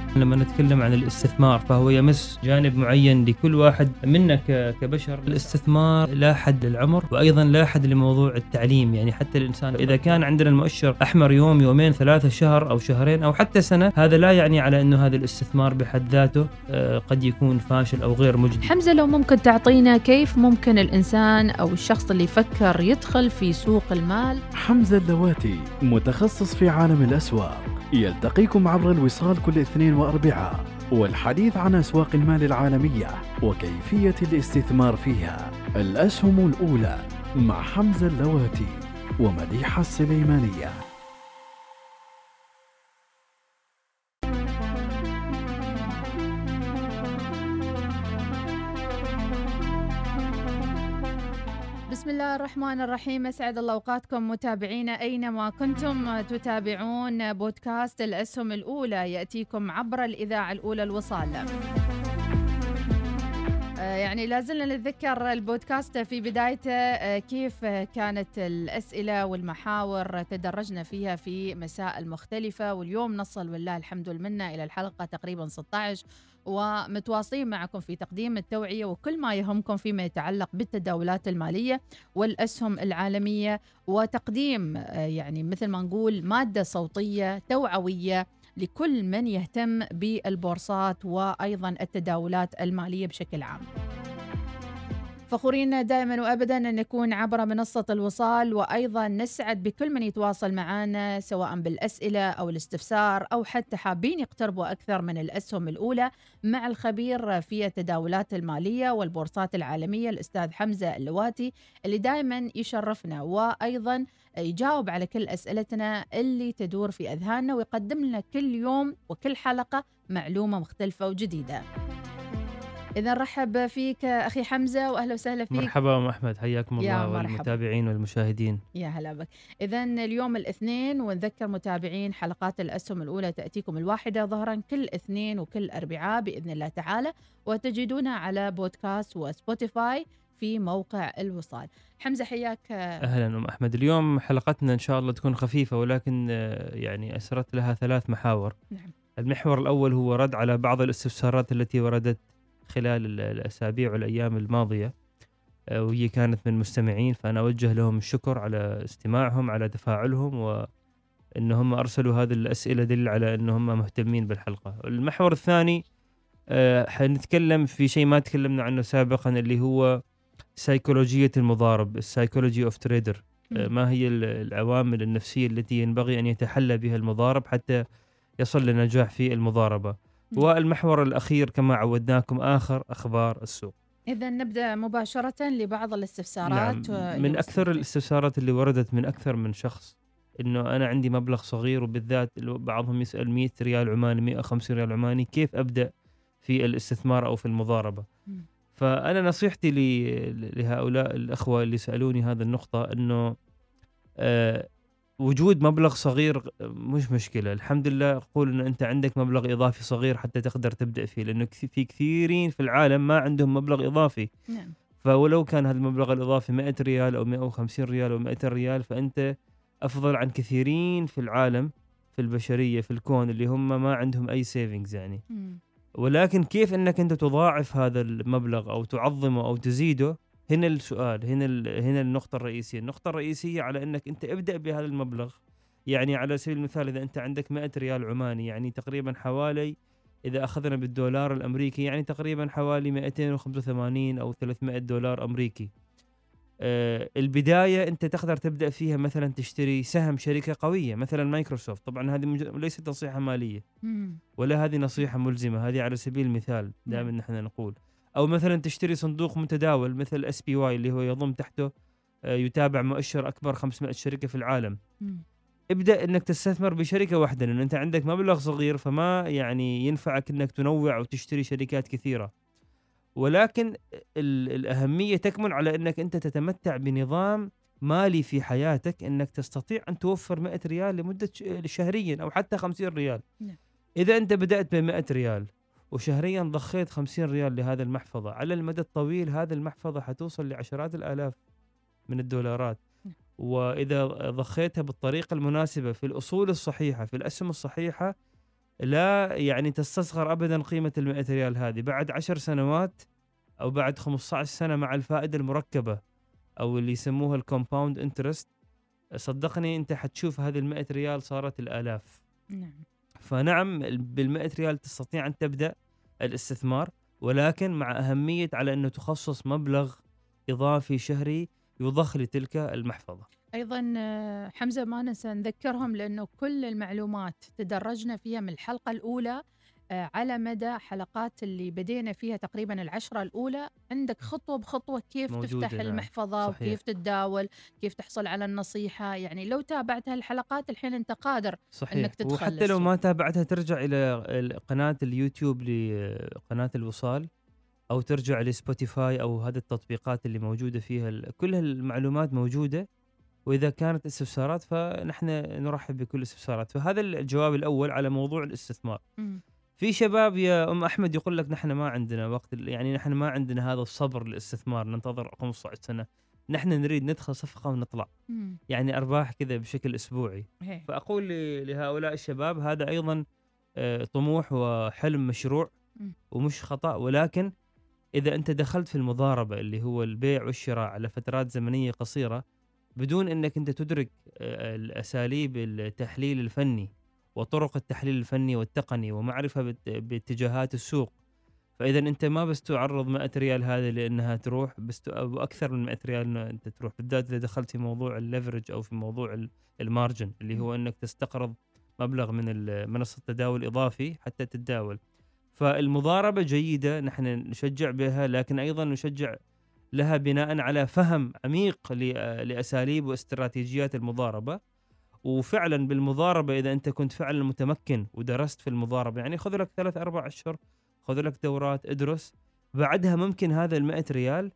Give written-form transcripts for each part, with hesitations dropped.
لما نتكلم عن الاستثمار فهو يمس جانب معين لكل واحد منا كبشر. الاستثمار لا حد للعمر، وأيضا لا حد لموضوع التعليم. يعني حتى الإنسان إذا كان عندنا المؤشر أحمر يوم يومين ثلاثة شهر أو شهرين أو حتى سنة، هذا لا يعني على أنه هذا الاستثمار بحد ذاته قد يكون فاشل أو غير مجدي. حمزة، لو ممكن تعطينا كيف ممكن الإنسان أو الشخص اللي يفكر يدخل في سوق المال؟ حمزة اللواتي متخصص في عالم الأسواق، يلتقيكم عبر الوصال كل اثنين وأربعاء، والحديث عن أسواق المال العالمية وكيفية الاستثمار فيها. الأسهم الأولى مع حمزة اللواتي ومديحة السليمانية. بسم الله الرحمن الرحيم. أسعد الله أوقاتكم متابعينا أينما كنتم تتابعون بودكاست الأسهم الأولى، يأتيكم عبر الإذاعة الأولى الوصال. يعني لازلنا نتذكر البودكاست في بدايته كيف كانت الأسئلة والمحاور تدرجنا فيها في مسائل مختلفة، واليوم نصل والله الحمد لله إلى الحلقة تقريبا 16، ومتواصلين معكم في تقديم التوعية وكل ما يهمكم فيما يتعلق بالتداولات المالية والأسهم العالمية، وتقديم يعني مثل ما نقول مادة صوتية توعوية لكل من يهتم بالبورصات وأيضا التداولات المالية بشكل عام. فخورين دائما وأبدا أن نكون عبر منصة الوصال، وأيضا نسعد بكل من يتواصل معنا سواء بالأسئلة أو الاستفسار أو حتى حابين يقتربوا أكثر من الأسهم الأولى مع الخبير في التداولات المالية والبورصات العالمية الأستاذ حمزة اللواتي، اللي دائما يشرفنا وأيضا يجاوب على كل أسئلتنا اللي تدور في أذهاننا، ويقدم لنا كل يوم وكل حلقة معلومة مختلفة وجديدة. إذا رحب فيك أخي حمزة وأهلا وسهلا فيك. مرحبا أم أحمد، حياكم الله والمتابعين والمشاهدين. يا هلا بك. إذن اليوم الاثنين، ونذكر متابعين حلقات الأسهم الأولى تأتيكم 1 ظهرا كل اثنين وكل أربعاء بإذن الله تعالى، وتجدونها على بودكاست وسبوتيفاي في موقع الوصال. حمزة حياك. أهلا أم أحمد. اليوم حلقتنا إن شاء الله تكون خفيفة، ولكن يعني أسرت لها 3 محاور. نعم. المحور الأول هو رد على بعض الاستفسارات التي وردت خلال الأسابيع والأيام الماضية، وهي كانت من مستمعين، فأنا أوجه لهم الشكر على استماعهم، على تفاعلهم، وأنهم أرسلوا هذه الأسئلة دل على أنهم مهتمين بالحلقة. المحور الثاني حنتكلم في شيء ما تكلمنا عنه سابقا، اللي هو سيكولوجية المضارب، السايكولوجي أوف تريدر. ما هي العوامل النفسية التي ينبغي أن يتحلى بها المضارب حتى يصل لنجاح في المضاربة. والمحور الأخير كما عودناكم آخر أخبار السوق. إذا نبدأ مباشرة لبعض الاستفسارات. نعم. من أكثر الاستفسارات اللي وردت من أكثر من شخص إنه أنا عندي مبلغ صغير، وبالذات بعضهم يسأل 100 ريال عماني 150 ريال عماني، كيف أبدأ في الاستثمار أو في المضاربة؟ فأنا نصيحتي لهؤلاء الأخوة اللي سألوني هذا النقطة إنه وجود مبلغ صغير مش مشكلة، الحمد لله. أقول إنه أنت عندك مبلغ إضافي صغير حتى تقدر تبدأ فيه، لأنه في كثيرين في العالم ما عندهم مبلغ إضافي. نعم. فولو كان هذا المبلغ الإضافي 100 ريال أو 150 ريال أو 200 ريال، فأنت أفضل عن كثيرين في العالم، في البشرية، في الكون، اللي هم ما عندهم أي سيفينجز يعني. ولكن كيف أنك أنت تضاعف هذا المبلغ أو تعظمه أو تزيده؟ هنا السؤال، هنا النقطة الرئيسية. النقطة الرئيسية على أنك أنت ابدأ بهذا المبلغ. يعني على سبيل المثال إذا أنت عندك 100 ريال عماني، يعني تقريبا حوالي، إذا أخذنا بالدولار الأمريكي، يعني تقريبا حوالي 285 أو 300 دولار أمريكي. البداية أنت تقدر تبدأ فيها، مثلا تشتري سهم شركة قوية مثلا مايكروسوفت. طبعا هذه ليست نصيحة مالية ولا هذه نصيحة ملزمة، هذه على سبيل المثال دائما نحن نقول. أو مثلا تشتري صندوق متداول مثل SPY اللي هو يضم تحته يتابع مؤشر أكبر 500 شركة في العالم. ابدأ أنك تستثمر بشركة واحدة، لأن أنت عندك مبلغ صغير، فما يعني ينفعك أنك تنوع وتشتري شركات كثيرة. ولكن الأهمية تكمن على أنك أنت تتمتع بنظام مالي في حياتك، أنك تستطيع أن توفر 100 ريال لمدة شهريا أو حتى 50 ريال. إذا أنت بدأت ب100 ريال وشهريا ضخيت 50 ريال لهذا المحفظة، على المدى الطويل هذه المحفظة حتوصل لعشرات الآلاف من الدولارات. وإذا ضخيتها بالطريقة المناسبة في الأصول الصحيحة في الأسهم الصحيحة، لا يعني تستصغر أبدا قيمة 100 ريال هذه بعد 10 سنوات أو بعد 15 سنة مع الفائدة المركبة أو اللي يسموها الكومباوند انترست. صدقني أنت حتشوف هذه 100 ريال صارت الآلاف. نعم. فنعم بال100 ريال تستطيع أن تبدأ الاستثمار، ولكن مع أهمية على أنه تخصص مبلغ إضافي شهري يضخ لتلك المحفظة. أيضا حمزة ما ننسى نذكرهم لأنه كل المعلومات تدرجنا فيها من الحلقة الأولى على مدى حلقات اللي بدينا فيها تقريبا 10 الأولى. عندك خطوة بخطوة كيف تفتح المحفظة صحيح. وكيف تتداول، كيف تحصل على النصيحة. يعني لو تابعت هالحلقات الحين أنت قادر صحيح. أنك تدخل وحتى للسوق. لو ما تابعتها ترجع إلى قناة اليوتيوب لقناة الوصال، أو ترجع لسبوتيفاي أو هذه التطبيقات اللي موجودة فيها كل المعلومات موجودة. وإذا كانت استفسارات فنحن نرحب بكل الاستفسارات. فهذا الجواب الأول على موضوع الاستثمار. في شباب يا أم أحمد يقول لك نحن ما عندنا وقت، يعني نحن ما عندنا هذا الصبر للاستثمار، ننتظر 15 سنة، نحن نريد ندخل صفقة ونطلع. يعني أرباح كذا بشكل أسبوعي. فأقول لهؤلاء الشباب هذا أيضا طموح وحلم مشروع ومش خطأ، ولكن إذا أنت دخلت في المضاربة اللي هو البيع والشراء على فترات زمنية قصيرة بدون أنك أنت تدرك الأساليب التحليل الفني وطرق التحليل الفني والتقني ومعرفة باتجاهات السوق، فإذا أنت ما بس تعرض 100 ريال هذه لأنها تروح بس أو أكثر من 100 ريال أنها أنت تروح، بالذات إذا دخلت في موضوع الليفرج أو في موضوع المارجن اللي هو أنك تستقرض مبلغ من منصة تداول إضافي حتى تتداول. فالمضاربة جيدة نحن نشجع بها، لكن أيضا نشجع لها بناء على فهم عميق لأساليب واستراتيجيات المضاربة. وفعلا بالمضاربة إذا أنت كنت فعلا متمكن ودرست في المضاربة، يعني خذ لك 3-4 أشهر، خذ لك دورات، ادرس، بعدها ممكن هذا 100 ريال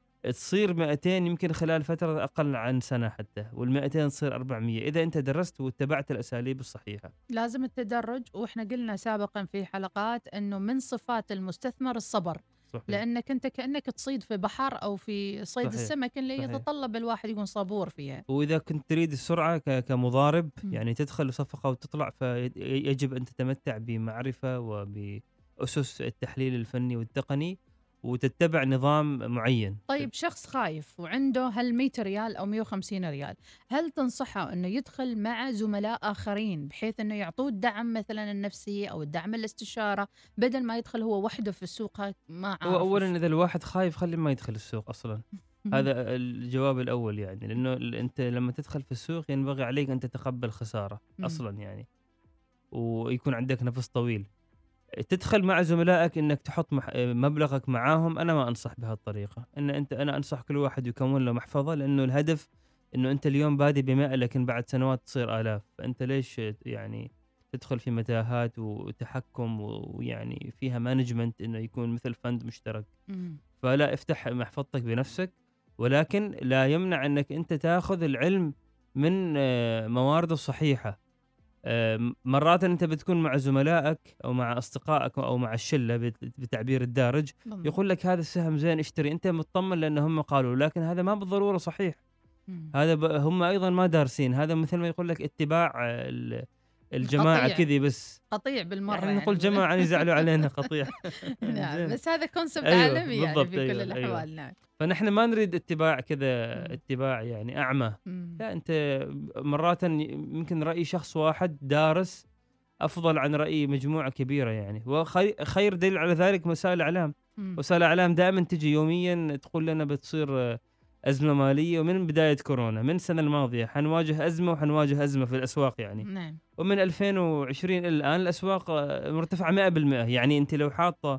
تصير 200 يمكن خلال فترة أقل عن سنة حتى، وال200 تصير 400 إذا أنت درست واتبعت الأساليب الصحيحة. لازم التدرج، وإحنا قلنا سابقا في حلقات أنه من صفات المستثمر الصبر. صحيح. لأنك أنت كأنك تصيد في بحر أو في صيد صحيح. السمك اللي صحيح. يتطلب الواحد يكون صبور فيها. وإذا كنت تريد السرعة كمضارب يعني تدخل صفقة وتطلع، فيجب أن تتمتع بمعرفة وبأسس التحليل الفني والتقني وتتبع نظام معين. طيب شخص خايف وعنده هال 100 ريال أو 150 ريال، هل تنصحه أنه يدخل مع زملاء آخرين بحيث أنه يعطوه الدعم مثلا النفسي أو الدعم الاستشارة بدل ما يدخل هو وحده في السوق؟ ما عارف. أولا إذا الواحد خايف خلي ما يدخل السوق أصلا. هذا الجواب الأول، يعني لأنه أنت لما تدخل في السوق ينبغي عليك أن تتقبل خسارة أصلا يعني، ويكون عندك نفس طويل. تدخل مع زملائك انك تحط مبلغك معاهم، انا ما انصح بهالطريقه. انا انصح كل واحد يكون له محفظه، لانه الهدف انه انت اليوم بادي ب100 لكن بعد سنوات تصير آلاف، فانت ليش يعني تدخل في متاهات وتحكم ويعني فيها مانجمنت انه يكون مثل فند مشترك. فلا، افتح محفظتك بنفسك، ولكن لا يمنع انك انت تاخذ العلم من موارده الصحيحه. مرات أنت بتكون مع زملائك أو مع أصدقائك أو مع الشلة بتعبير الدارج، يقول لك هذا السهم زين اشتري، أنت مطمن لأن هم قالوا، لكن هذا ما بالضرورة صحيح. هذا هم أيضا ما دارسين، هذا مثل ما يقول لك اتباع الجماعة كذي بس، قطيع بالمرة يعني نقول جماعة يزعلوا علينا قطيع. نعم بس هذا كونسبت عالمي يعني في كل الأحوال. نعم فنحن ما نريد اتباع كذا اتباع يعني أعمى. لا، أنت مرات يمكن رأي شخص واحد دارس أفضل عن رأي مجموعة كبيرة يعني. وخير دليل على ذلك وسائل الإعلام. وسائل الإعلام دائما تجي يوميا تقول لنا بتصير أزمة مالية، ومن بداية كورونا من السنة الماضية حنواجه أزمة وحنواجه أزمة في الأسواق يعني. نعم. ومن 2020 إلى الآن الأسواق مرتفعة 100%. يعني أنت لو حاطة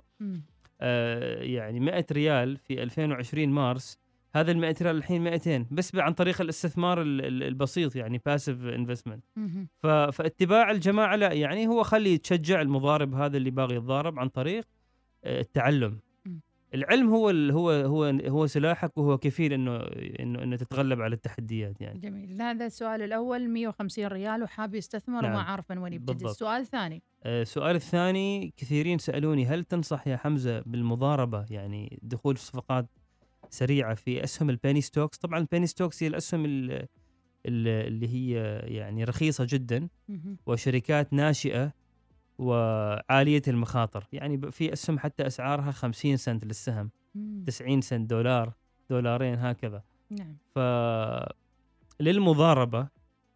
يعني 100 ريال في 2020 مارس، هذا ال100 ريال الحين 200 بس عن طريق الاستثمار البسيط يعني باسيف انفستمنت. فاتباع الجماعة لا، يعني هو خلي تشجع المضارب هذا اللي باغي يتضارب عن طريق التعلم. العلم هو سلاحك، وهو كفيل انه تتغلب على التحديات يعني. جميل. هذا السؤال الاول، 150 ريال وحاب يستثمر. نعم. وما عارف من وين يبتدي. السؤال الثاني، السؤال الثاني كثيرين سألوني هل تنصح يا حمزة بالمضاربة، يعني دخول في صفقات سريعة في أسهم البيني ستوكس؟ طبعا البيني ستوكس هي الأسهم اللي هي يعني رخيصة جدا وشركات ناشئة وعالية المخاطر. يعني في أسهم حتى أسعارها 50 سنت للسهم، 90 سنت، دولار، دولارين، هكذا. نعم. للمضاربة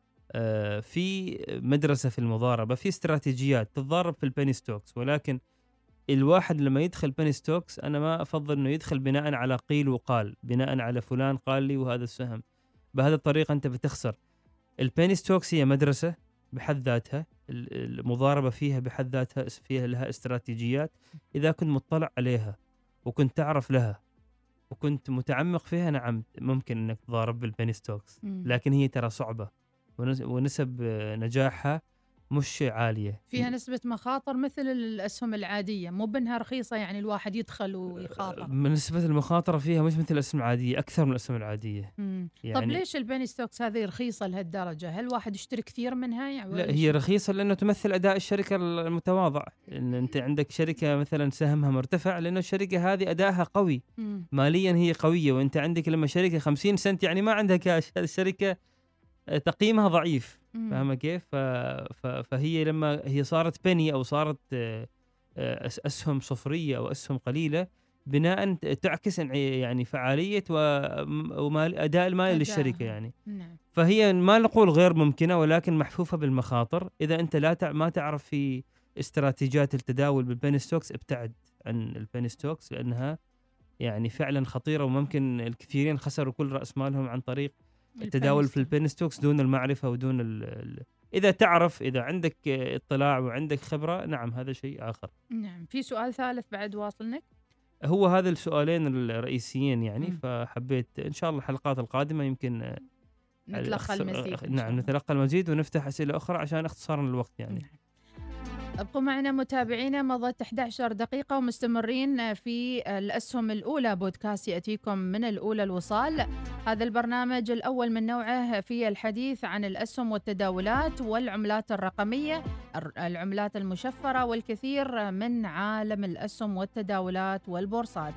في مدرسة في المضاربة، في استراتيجيات تتضارب في البيني ستوكس، ولكن الواحد لما يدخل بيني ستوكس أنا ما أفضل أنه يدخل بناء على قيل وقال، بناء على فلان قال لي وهذا السهم. بهذا الطريقة أنت بتخسر. البيني ستوكس هي مدرسة بحد ذاتها، المضاربة فيها بحد ذاتها فيها لها استراتيجيات، إذا كنت مطلع عليها وكنت تعرف لها وكنت متعمق فيها، نعم ممكن أنك تضارب بالبيني ستوكس، لكن هي ترى صعبة ونسب نجاحها مش عالية، فيها نسبة مخاطر مثل الأسهم العادية، مو بأنها رخيصة يعني الواحد يدخل ويخاطر. نسبة المخاطرة فيها مش مثل الأسهم العادية، أكثر من الأسهم العادية. يعني طب ليش البيني ستوكس هذه رخيصة لهالدرجة؟ هل الواحد يشتري كثير منها يعني؟ لا، هي رخيصة لأنه تمثل أداء الشركة المتواضع. إن أنت عندك شركة مثلا سهمها مرتفع لأنه الشركة هذه أدائها قوي، ماليا هي قوية، وأنت عندك لما شركة 50 سنت يعني ما عندها كاش، هذه الشركة تقييمها ضعيف. فاهمة كيف؟ فهي لما هي صارت بني أو صارت أسهم صفرية أو أسهم قليلة، بناء تعكس يعني فعالية وأداء المالي للشركة يعني. فهي ما نقول غير ممكنة، ولكن محفوفة بالمخاطر. إذا أنت ما تعرف في استراتيجيات التداول بالبيني ستوكس، ابتعد عن البيني ستوكس، لأنها يعني فعلا خطيرة، وممكن الكثيرين خسروا كل رأس مالهم عن طريق التداول في البيني ستوكس دون المعرفة ودون إذا تعرف، إذا عندك اطلاع وعندك خبرة، نعم هذا شيء آخر. نعم. في سؤال ثالث بعد واصلنك؟ هو هذا السؤالين الرئيسيين يعني. فحبيت إن شاء الله الحلقات القادمة يمكن نتلقى المزيد. نعم نتلقى المزيد ونفتح أسئلة أخرى عشان اختصارا للوقت يعني. ابقوا معنا متابعينا، مضت 11 دقيقة ومستمرين في الأسهم الأولى، بودكاست يأتيكم من الأولى الوصال. هذا البرنامج الأول من نوعه في الحديث عن الأسهم والتداولات والعملات الرقمية، العملات المشفرة، والكثير من عالم الأسهم والتداولات والبورصات.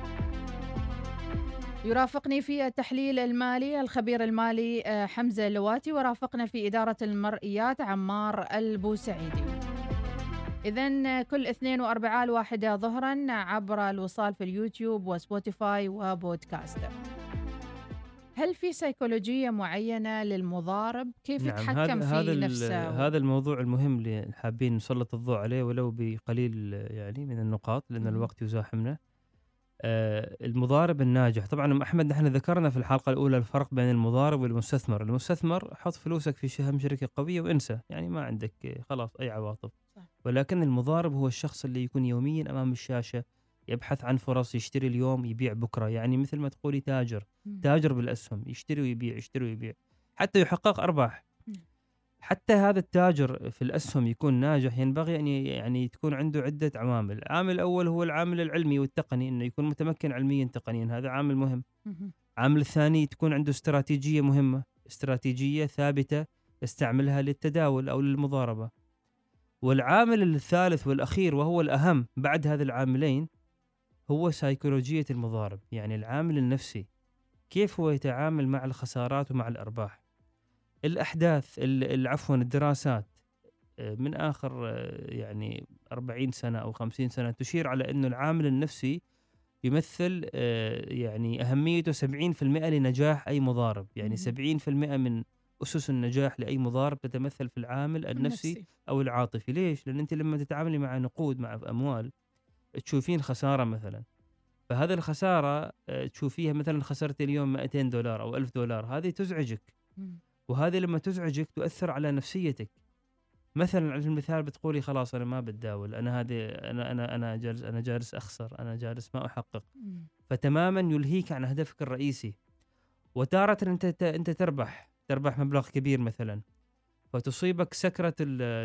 يرافقني في التحليل المالي الخبير المالي حمزة اللواتي، ورافقنا في إدارة المرئيات عمار البوسعيدي. إذن كل اثنين وأربعاء 1 ظهرا عبر الوصال في اليوتيوب وسبوتيفاي وبودكاست. هل في سيكولوجية معينة للمضارب؟ كيف يتحكم في نفسه؟ هذا الموضوع المهم اللي حابين نسلط الضوء عليه ولو بقليل يعني من النقاط، لأن الوقت يزاحمنا. المضارب الناجح، طبعا أحمد نحن ذكرنا في الحلقة الأولى الفرق بين المضارب والمستثمر. المستثمر حط فلوسك في سهم شركة قوية وانسى، يعني ما عندك خلاص أي عواطف. ولكن المضارب هو الشخص اللي يكون يوميا أمام الشاشة، يبحث عن فرص، يشتري اليوم يبيع بكرة، يعني مثل ما تقولي تاجر بالأسهم، يشتري ويبيع يشتري ويبيع حتى يحقق أرباح. حتى هذا التاجر في الأسهم يكون ناجح ينبغي أن يعني تكون عنده عدة عوامل. العامل الأول هو العامل العلمي والتقني، إنه يكون متمكن علميا تقنيا، هذا عامل مهم. العامل الثاني تكون عنده استراتيجية مهمة، استراتيجية ثابتة يستعملها للتداول أو للمضاربة. والعامل الثالث والأخير وهو الأهم بعد هذه العاملين هو سيكولوجية المضارب، يعني العامل النفسي، كيف هو يتعامل مع الخسارات ومع الأرباح. الأحداث عفوا الدراسات من آخر يعني 40 سنة أو 50 سنة تشير على أنه العامل النفسي يمثل يعني أهميته 70% لنجاح أي مضارب. يعني 70% من أسس النجاح لأي مضارب تتمثل في العامل النفسي أو العاطفي. ليش؟ لأن أنت لما تتعاملي مع نقود، مع أموال، تشوفين خسارة مثلا، فهذه الخسارة تشوفيها مثلا خسرت اليوم $200 أو $1000، هذه تزعجك، وهذه لما تزعجك تؤثر على نفسيتك. مثلا على المثال بتقولي خلاص أنا ما بتداول، أنا جالس أخسر، أنا جالس ما أحقق، فتماما يلهيك عن هدفك الرئيسي. وتارة أنت تربح مبلغ كبير مثلا، فتصيبك سكرة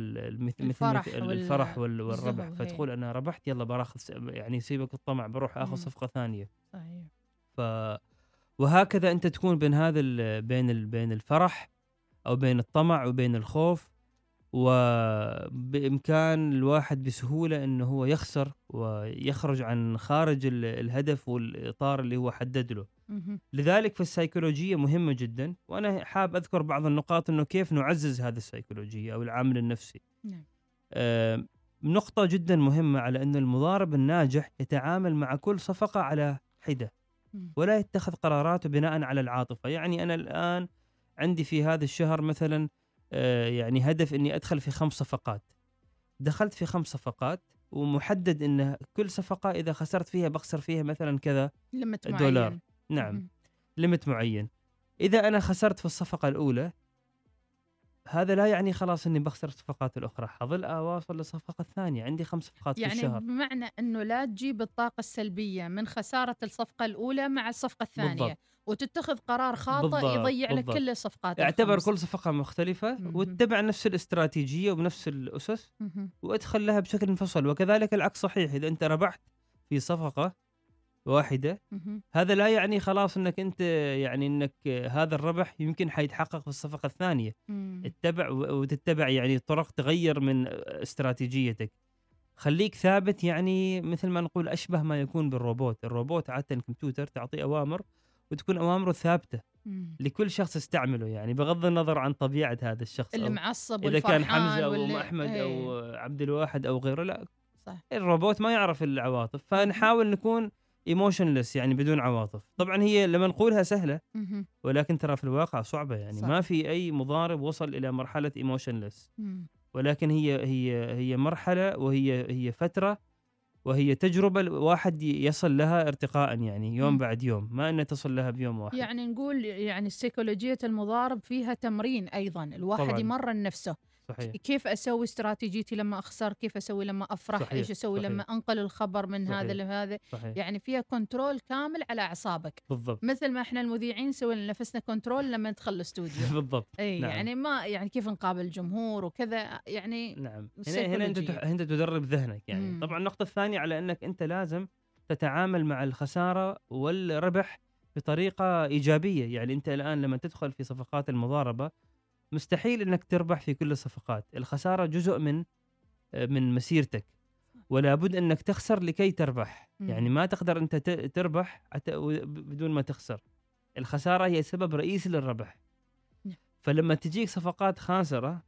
الفرح والربح، فتقول أنا ربحت يلا براخذ، يعني يصيبك الطمع بروح أخذ صفقة ثانية. صحيح. وهكذا أنت تكون بين هذا بين الفرح أو بين الطمع وبين الخوف، وبإمكان الواحد بسهولة أنه هو يخسر ويخرج عن خارج الهدف والإطار اللي هو حدد له. لذلك فالسيكولوجية مهمة جدا، وأنا حاب أذكر بعض النقاط أنه كيف نعزز هذه السيكولوجية أو العامل النفسي. نقطة جدا مهمة على أن المضارب الناجح يتعامل مع كل صفقة على حدة ولا يتخذ قراراته بناء على العاطفة. يعني أنا الآن عندي في هذا الشهر مثلا يعني هدف أني أدخل في 5 صفقات، دخلت في 5 صفقات ومحدد أن كل صفقة إذا خسرت فيها بخسر فيها مثلا كذا دولار معين. نعم ليمت معين. إذا أنا خسرت في الصفقة الأولى هذا لا يعني خلاص اني بخسر الصفقات الاخرى، حظل اواصل للصفقه الثانيه، عندي 5 صفقات يعني في الشهر. يعني بمعنى انه لا تجيب الطاقه السلبيه من خساره الصفقه الاولى مع الصفقه الثانيه بالضبط. وتتخذ قرار خاطئ يضيع لك كل الصفقات. اعتبر كل صفقه مختلفه واتبع نفس الاستراتيجيه وبنفس الاسس وادخل لها بشكل منفصل. وكذلك العكس صحيح، اذا انت ربحت في صفقه واحدة هذا لا يعني خلاص انك انت يعني انك هذا الربح يمكن حيتحقق في الصفقة الثانية. اتبع وتتبع يعني طرق تغير من استراتيجيتك. خليك ثابت، يعني مثل ما نقول أشبه ما يكون بالروبوت. الروبوت عادة الكمبيوتر تعطيه أوامر وتكون أوامره ثابتة لكل شخص يستعمله، يعني بغض النظر عن طبيعة هذا الشخص اللي معصب إذا كان حمزة أو أحمد أو عبد الواحد أو غيره. لا صح. الروبوت ما يعرف العواطف، فنحاول نكون ايموشنلس يعني بدون عواطف. طبعا هي لما نقولها سهلة ولكن ترى في الواقع صعبة، يعني صح. ما في أي مضارب وصل إلى مرحلة ايموشنلس، ولكن هي مرحلة وهي فترة وهي تجربة الواحد يصل لها ارتقاء، يعني يوم بعد يوم، ما أنه تصل لها بيوم واحد. يعني نقول يعني السيكولوجية المضارب فيها تمرين أيضا، الواحد طبعاً. يمرن نفسه صحيح. كيف أسوي استراتيجيتي لما أخسر، كيف أسوي لما أفرح، صحيح. إيش أسوي صحيح. لما أنقل الخبر من صحيح. هذا لهذا، يعني فيها كنترول كامل على أعصابك بالضبط. مثل ما إحنا المذيعين سوي لنفسنا كنترول لما ندخل الاستوديو بالضبط. أي نعم. يعني ما يعني كيف نقابل الجمهور وكذا يعني نعم. هنا أنت تدرب ذهنك يعني. طبعا النقطة الثانية على أنك أنت لازم تتعامل مع الخسارة والربح بطريقة إيجابية. يعني أنت الآن لما تدخل في صفقات المضاربة مستحيل انك تربح في كل الصفقات، الخسارة جزء من مسيرتك، ولا بد انك تخسر لكي تربح. يعني ما تقدر انت تربح بدون ما تخسر. الخسارة هي سبب رئيسي للربح. فلما تجيك صفقات خاسرة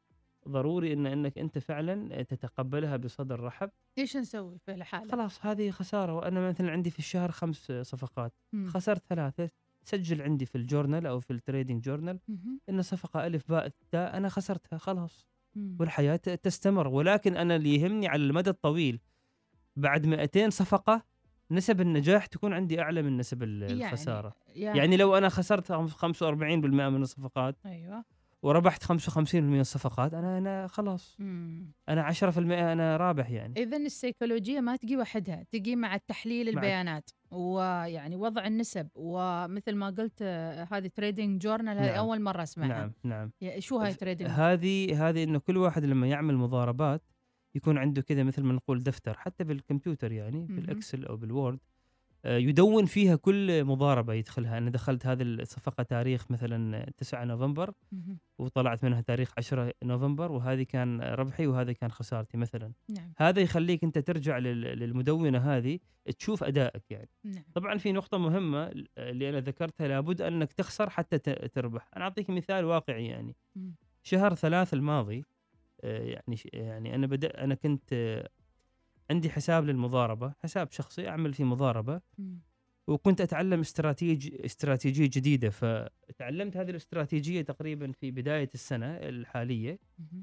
ضروري انك انت فعلا تتقبلها بصدر رحب. ايش نسوي في الحالة؟ خلاص هذه خسارة، وانا مثلا عندي في الشهر 5 صفقات خسرت 3، سجل عندي في الجورنال أو في التريدينج جورنال إن صفقة ألف باء تاء أنا خسرتها خلاص، والحياة تستمر. ولكن أنا اللي يهمني على المدى الطويل بعد 200 صفقة نسب النجاح تكون عندي أعلى من نسب الخسارة. يعني لو أنا خسرت 45% من الصفقات أيوة. وربحت 55% من الصفقات أنا خلاص أنا 10% أنا رابح. يعني إذن السيكولوجية ما تجي وحدها، تجي مع التحليل البيانات ويعني وضع النسب، ومثل ما قلت هذه تريدينج جورنال هذه أول مرة أسمعها. نعم. شو هاي تريدينج؟ هذه إنه كل واحد لما يعمل مضاربات يكون عنده كذا مثل ما نقول دفتر، حتى بالكمبيوتر يعني بالإكسل أو بالوورد، يدون فيها كل مضاربة يدخلها. أنا دخلت هذه الصفقة تاريخ مثلا 9 نوفمبر وطلعت منها تاريخ 10 نوفمبر، وهذه كان ربحي وهذا كان خسارتي مثلا. نعم. هذا يخليك أنت ترجع للمدونة هذه تشوف أدائك يعني. نعم. طبعا في نقطة مهمة اللي أنا ذكرتها، لابد أنك تخسر حتى تربح. أنا أعطيك مثال واقعي يعني. شهر 3 الماضي يعني أنا كنت عندي حساب للمضاربة، حساب شخصي أعمل فيه مضاربة، وكنت أتعلم استراتيجية جديدة. فتعلمت هذه الاستراتيجية تقريبا في بداية السنة الحالية،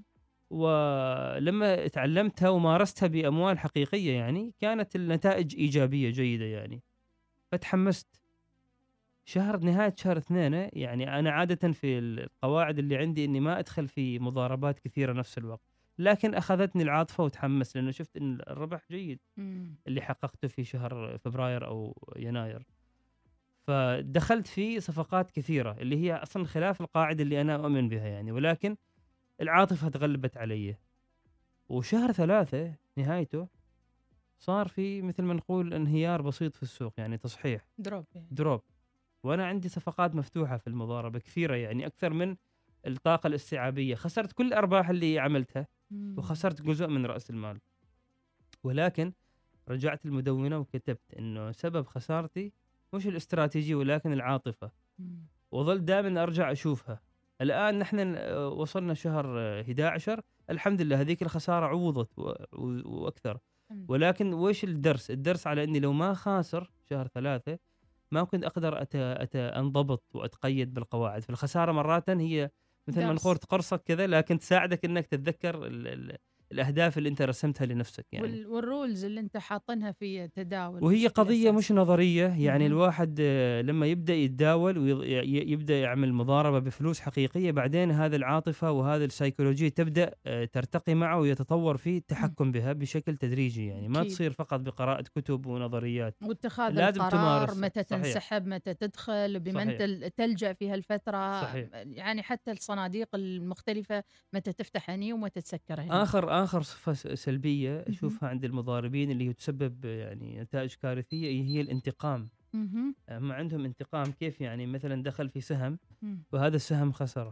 ولما تعلمتها ومارستها بأموال حقيقية يعني كانت النتائج إيجابية جيدة يعني. فتحمست. نهاية شهر 2 يعني أنا عادة في القواعد اللي عندي إني ما أدخل في مضاربات كثيرة نفس الوقت، لكن أخذتني العاطفة وتحمس لأنه شفت إن الربح جيد اللي حققته في شهر فبراير أو يناير. فدخلت في صفقات كثيرة اللي هي أصلا خلاف القاعدة اللي أنا أؤمن بها يعني، ولكن العاطفة تغلبت علي. وشهر 3 نهايته صار في مثل ما نقول انهيار بسيط في السوق، يعني تصحيح دروب. وأنا عندي صفقات مفتوحة في المضاربة كثيرة يعني أكثر من الطاقة الاستيعابية. خسرت كل الأرباح اللي عملتها وخسرت جزء من رأس المال، ولكن رجعت المدونة وكتبت إنه سبب خسارتي مش الاستراتيجية ولكن العاطفة، وظل دائما أرجع أشوفها. الآن نحن وصلنا شهر 11 الحمد لله هذيك الخسارة عوضت وأكثر. ولكن وإيش الدرس على أني لو ما خاسر شهر 3 ما كنت أقدر أنضبط وأتقيد بالقواعد. فالخسارة مرات هي مثل ما نقول تقرصك كذا، لكن تساعدك أنك تتذكر الأهداف اللي أنت رسمتها لنفسك يعني، والرولز اللي أنت حاطنها في تداول. وهي قضية مش نظرية يعني. الواحد لما يبدأ يتداول ويبدأ يعمل مضاربة بفلوس حقيقية، بعدين هذا العاطفة وهذا السيكولوجية تبدأ ترتقي معه ويتطور فيه التحكم بها بشكل تدريجي يعني. ما تصير فقط بقراءة كتب ونظريات، واتخاذ لازم القرار تمارس. متى تنسحب، متى تدخل، بمن تلجأ في هالفترة. صحيح. يعني حتى الصناديق المختلفة متى تفتح هني ومتى تسكر هني. آخر صفة سلبية أشوفها عند المضاربين اللي تسبب يعني نتائج كارثية هي الانتقام. هم عندهم انتقام. كيف يعني؟ مثلا دخل في سهم وهذا السهم خسره،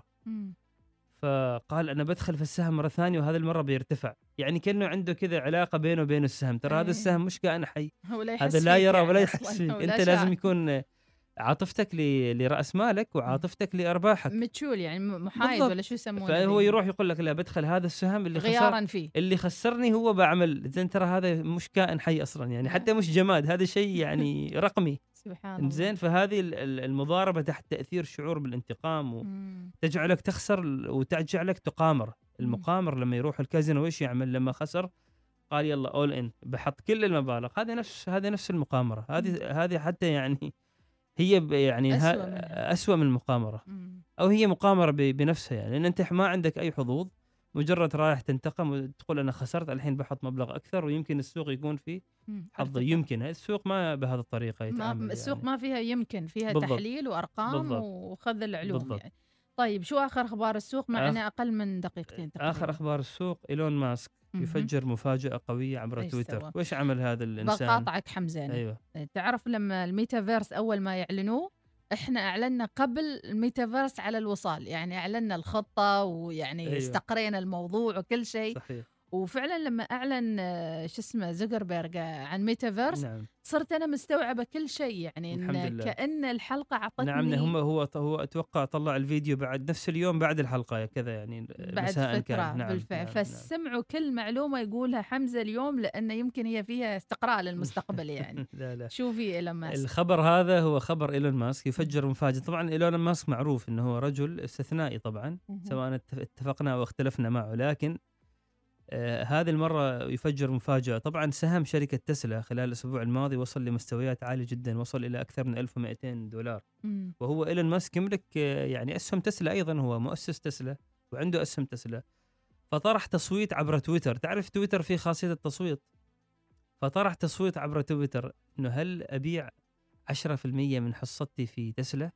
فقال أنا بدخل في السهم مرة ثانية وهذا المرة بيرتفع. يعني كأنه عنده كذا علاقة بينه وبين السهم. ترى هذا السهم مش كائن حي، هذا لا يرى ولا يحس فيك. أنت لازم يكون عاطفتك لرأس مالك وعاطفتك لأرباحك متشول يعني محايد ولا شو يسمونه. فهو يروح يقول لك لا بدخل هذا السهم اللي غيارا فيه، اللي خسرني هو بعمل زين. ترى هذا مش كائن حي أصلا يعني، حتى مش جماد، هذا شيء يعني رقمي. سبحان الله. زين. فهذه المضاربة تحت تأثير شعور بالانتقام وتجعلك تخسر وتجعلك تقامر. المقامر لما يروح الكازينو وإيش يعمل لما خسر؟ قال يلا أول إن، بحط كل المبالغ. هذه نفس المقامرة. هذه حتى يعني هي يعني أسوأ من المقامرة، أو هي مقامرة بنفسها يعني. لأن أنت ما عندك أي حظوظ، مجرد رايح تنتقم وتقول أنا خسرت الحين بحط مبلغ أكثر، ويمكن السوق يكون فيه حظ. يمكن السوق ما بهذه الطريقة يتعامل. السوق يعني ما فيها يمكن، فيها بالضبط. تحليل وأرقام وخذ العلوم بالضبط. يعني. طيب شو آخر أخبار السوق؟ معنا أقل من دقيقتين تقريبا. آخر أخبار السوق إيلون ماسك يفجر مفاجأة قوية عبر تويتر. وإيش عمل هذا الإنسان؟ بقاطعك حمزة. أيوة. تعرف لما الميتافيرس أول ما يعلنوه، إحنا أعلنا قبل الميتافيرس على الوصال، يعني أعلنا الخطة ويعني أيوة. استقرينا الموضوع وكل شيء. صحيح. وفعلا لما أعلن شو اسمه زوكربيرج عن ميتافيرس، نعم. صرت أنا مستوعبة كل شيء يعني. إن كأن الحلقة عطتني. نعم. هو أتوقع طلع الفيديو بعد نفس اليوم بعد الحلقة كذا يعني، بعد فترة كان. نعم. بالفعل. نعم. فسمعوا كل معلومة يقولها حمزة اليوم، لأنه يمكن هي فيها استقراء للمستقبل يعني. لا. شوفي إيلون ماسك. الخبر هذا هو خبر إيلون ماسك يفجر مفاجأة. طبعا إيلون ماسك معروف إنه هو رجل استثنائي طبعا، سواء اتفقنا أو اختلفنا معه، لكن هذه المرة يفجر مفاجأة. طبعا سهم شركة تسلا خلال الأسبوع الماضي وصل لمستويات عالية جدا، وصل إلى أكثر من $1200. وهو إيلون ماسك يملك يعني أسهم تسلا أيضا، هو مؤسس تسلا وعنده أسهم تسلا. فطرح تصويت عبر تويتر. تعرف تويتر فيه خاصية التصويت، فطرح تصويت عبر تويتر إنه هل أبيع 10% من حصتي في تسلا،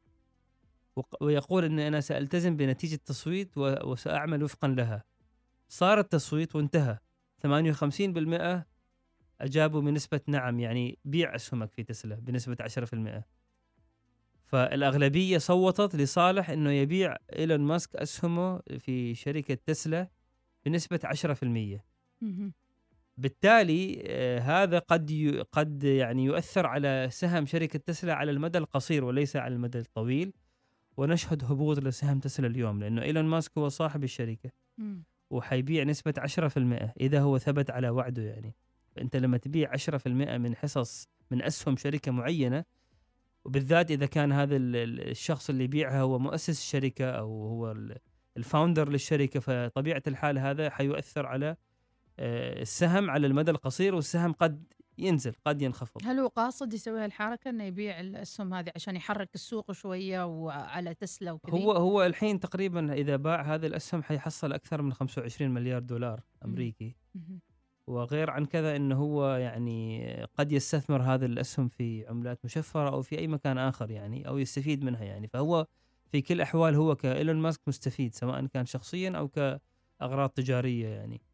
ويقول إن أنا سألتزم بنتيجة التصويت وسأعمل وفقا لها. صار التصويت وانتهى. 58% أجابوا بنسبة نعم، يعني بيع أسهمك في تسلا بنسبة 10%. فالأغلبية صوتت لصالح أنه يبيع إيلون ماسك أسهمه في شركة تسلا بنسبة 10%. بالتالي هذا قد يعني يؤثر على سهم شركة تسلا على المدى القصير وليس على المدى الطويل، ونشهد هبوط لسهم تسلا اليوم، لأنه إيلون ماسك هو صاحب الشركة وحيبيع نسبة 10% إذا هو ثبت على وعده يعني. فأنت لما تبيع 10% من حصص من أسهم شركة معينة، وبالذات إذا كان هذا الشخص اللي يبيعها هو مؤسس الشركة أو هو الفاوندر للشركة، فطبيعة الحال هذا حيؤثر على السهم على المدى القصير، والسهم قد ينزل قد ينخفض. هل هو قاصد يسوي هالحركة انه يبيع الاسهم هذه عشان يحرك السوق شوية وعلى تسلا وكذا؟ هو الحين تقريبا اذا باع هذه الاسهم حيحصل اكثر من $25 مليار امريكي. وغير عن كذا انه هو يعني قد يستثمر هذه الاسهم في عملات مشفرة او في اي مكان اخر يعني، او يستفيد منها يعني. فهو في كل الاحوال هو كإيلون ماسك مستفيد، سواء كان شخصيا او كاغراض تجارية يعني.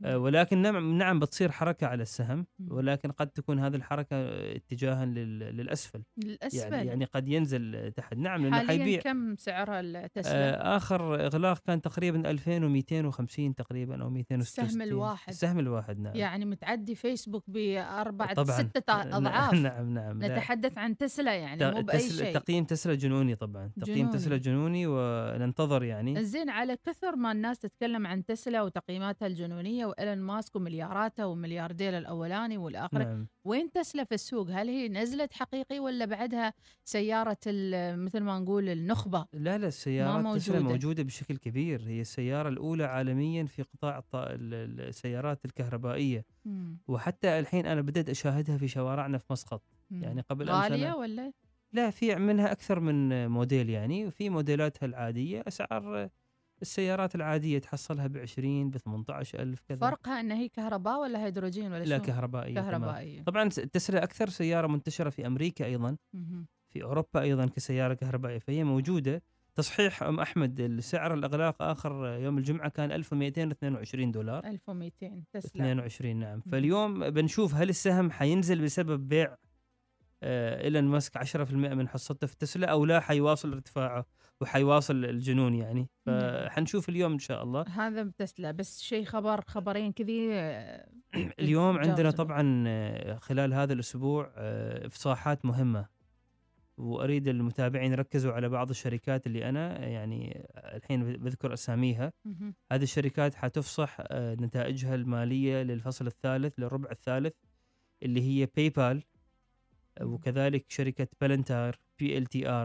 ولكن نعم بتصير حركة على السهم، ولكن قد تكون هذه الحركة اتجاها للأسفل. يعني قد ينزل تحت. نعم، لأنه حاليا كم سعر التسلا؟ آخر إغلاق كان تقريبا 2250 تقريبا أو 266 السهم الواحد. نعم، يعني متعدي فيسبوك ب4-6 أضعاف. نعم. نتحدث عن تسلا، يعني مو بأي شيء. تقييم تسلا جنوني طبعا، تقييم تسلا جنوني، وننتظر يعني. زين، على كثر ما الناس تتكلم عن تسلا وتقييماتها الجنونية وإيلون ماسك وملياراته والملياردير الأولاني والآخر، نعم. وين تسلا في السوق؟ هل هي نزلت حقيقي ولا بعدها سيارة مثل ما نقول النخبة؟ لا، السيارات تسلا موجودة بشكل كبير. هي السيارة الأولى عالميا في قطاع السيارات الكهربائية. وحتى الحين أنا بدأت أشاهدها في شوارعنا في مسقط. يعني قبل غالية ولا؟ لا، في منها أكثر من موديل يعني، وفي موديلاتها العادية أسعار السيارات العادية تحصلها ب20 ب18,000 كذا. فرقها أن هي كهرباء ولا هيدروجين ولا لا، كهربائية. طبعا تسلا أكثر سيارة منتشرة في أمريكا أيضا، في أوروبا أيضا كسيارة كهربائية، فهي موجودة. تصحيح أحمد، السعر الأغلاق آخر يوم الجمعة كان $1222. 1200 تسلا 22. نعم. فاليوم بنشوف هل السهم حينزل بسبب بيع إيلون ماسك 10% من حصته في تسلا، أو لا حيواصل ارتفاعه وحيواصل الجنون يعني. فحنشوف اليوم إن شاء الله. هذا بتسلا بس شيء خبرين كذي. اليوم عندنا طبعا خلال هذا الأسبوع إفصاحات مهمة، وأريد المتابعين يركزوا على بعض الشركات اللي أنا يعني الحين بذكر أساميها. هذه الشركات حتفصح نتائجها المالية للفصل الثالث للربع الثالث، اللي هي بايبال، وكذلك شركة بلنتار PLTR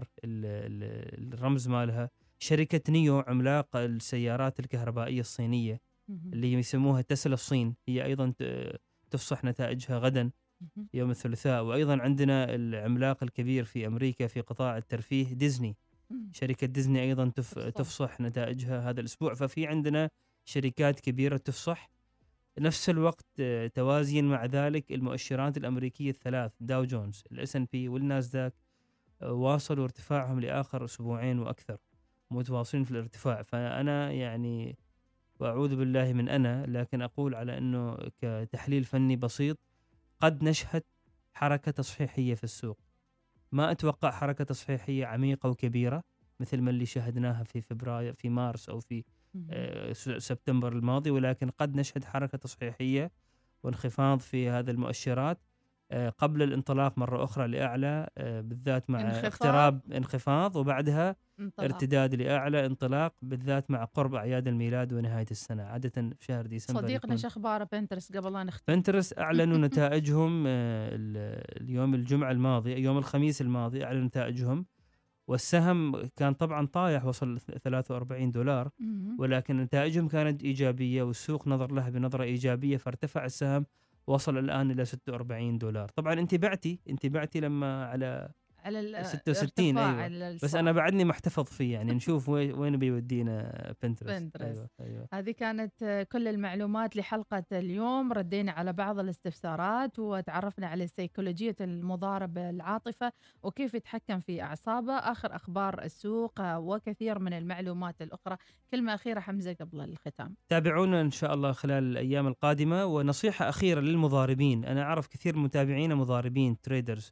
الرمز مالها، شركة نيو عملاق السيارات الكهربائية الصينية اللي يسموها تسلا الصين، هي أيضا تفصح نتائجها غدا يوم الثلاثاء. وأيضا عندنا العملاق الكبير في أمريكا في قطاع الترفيه ديزني، شركة ديزني أيضا تفصح نتائجها هذا الأسبوع. ففي عندنا شركات كبيرة تفصح. نفس الوقت توازيا مع ذلك المؤشرات الأمريكية الثلاث، داو جونز، الS&P والناسداك، واصلوا ارتفاعهم لآخر أسبوعين وأكثر، متواصلين في الارتفاع. فأنا يعني وأعوذ بالله من لكن أقول على أنه كتحليل فني بسيط قد نشهد حركة تصحيحية في السوق. ما أتوقع حركة تصحيحية عميقة وكبيرة مثل ما اللي شاهدناها في فبراير، في مارس، أو في سبتمبر الماضي، ولكن قد نشهد حركة تصحيحية وانخفاض في هذا المؤشرات قبل الانطلاق مرة أخرى لأعلى، بالذات مع اقتراب انخفاض وبعدها ارتداد لأعلى انطلاق، بالذات مع قرب أعياد الميلاد ونهاية السنة عادة في شهر ديسمبر. صديقنا شو أخبار بنترست قبل لا نختم؟ بنترست أعلنوا نتائجهم اليوم الجمعة الماضي، يوم الخميس الماضي أعلنوا نتائجهم، والسهم كان طبعا طايح، وصل $43، ولكن نتائجهم كانت إيجابية والسوق نظر لها بنظرة إيجابية، فارتفع السهم وصل الآن إلى $46. طبعا انت بعتي لما على 66. أيوة. بس أنا بعدني محتفظ فيه يعني. نشوف وين بيودينا بنترست. أيوة. هذه كانت كل المعلومات لحلقة اليوم. ردينا على بعض الاستفسارات وتعرفنا على سيكولوجية المضارب العاطفة وكيف يتحكم في أعصابه، آخر أخبار السوق وكثير من المعلومات الأخرى. كلمة أخيرة حمزة قبل الختام. تابعونا إن شاء الله خلال الأيام القادمة. ونصيحة أخيرة للمضاربين، أنا أعرف كثير من متابعين مضاربين تريدرز.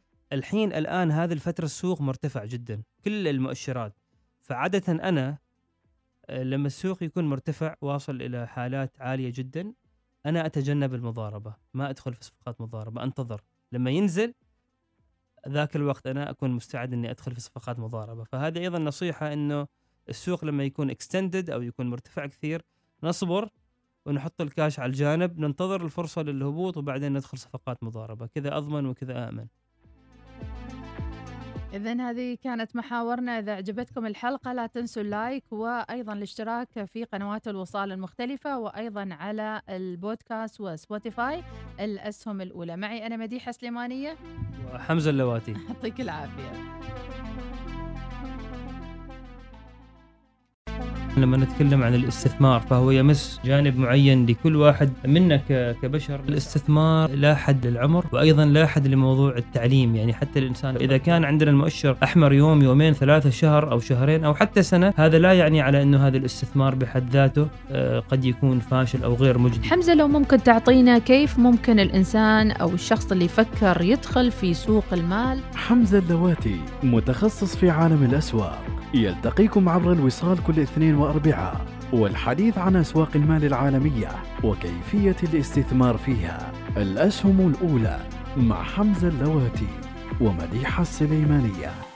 الآن هذه الفترة السوق مرتفع جدا كل المؤشرات، فعادة أنا لما السوق يكون مرتفع واصل إلى حالات عالية جدا أنا أتجنب المضاربة، ما أدخل في صفقات مضاربة، أنتظر لما ينزل ذاك الوقت أنا أكون مستعد أني أدخل في صفقات مضاربة. فهذه أيضا نصيحة، أنه السوق لما يكون extended أو يكون مرتفع كثير نصبر ونحط الكاش على الجانب، ننتظر الفرصة للهبوط وبعدين ندخل صفقات مضاربة، كذا أضمن وكذا آمن. إذن هذه كانت محاورنا. إذا عجبتكم الحلقة لا تنسوا اللايك وأيضا الاشتراك في قنوات الوصال المختلفة، وأيضا على البودكاست وسبوتيفاي. الأسهم الأولى معي أنا مديحة سليمانية وحمزة اللواتي. يعطيك العافية. لما نتكلم عن الاستثمار فهو يمس جانب معين لكل واحد منا كبشر. الاستثمار لا حد للعمر، وأيضا لا حد لموضوع التعليم. يعني حتى الإنسان إذا كان عندنا المؤشر أحمر يوم يومين ثلاثة شهر أو شهرين أو حتى سنة، هذا لا يعني على أنه هذا الاستثمار بحد ذاته قد يكون فاشل أو غير مجدي. حمزة، لو ممكن تعطينا كيف ممكن الإنسان أو الشخص اللي يفكر يدخل في سوق المال؟ حمزة اللواتي متخصص في عالم الأسواق، يلتقيكم عبر الوصال كل اثنين وأربعاء، والحديث عن أسواق المال العالمية وكيفية الاستثمار فيها. الأسهم الأولى مع حمزة اللواتي ومديحة السليمانية.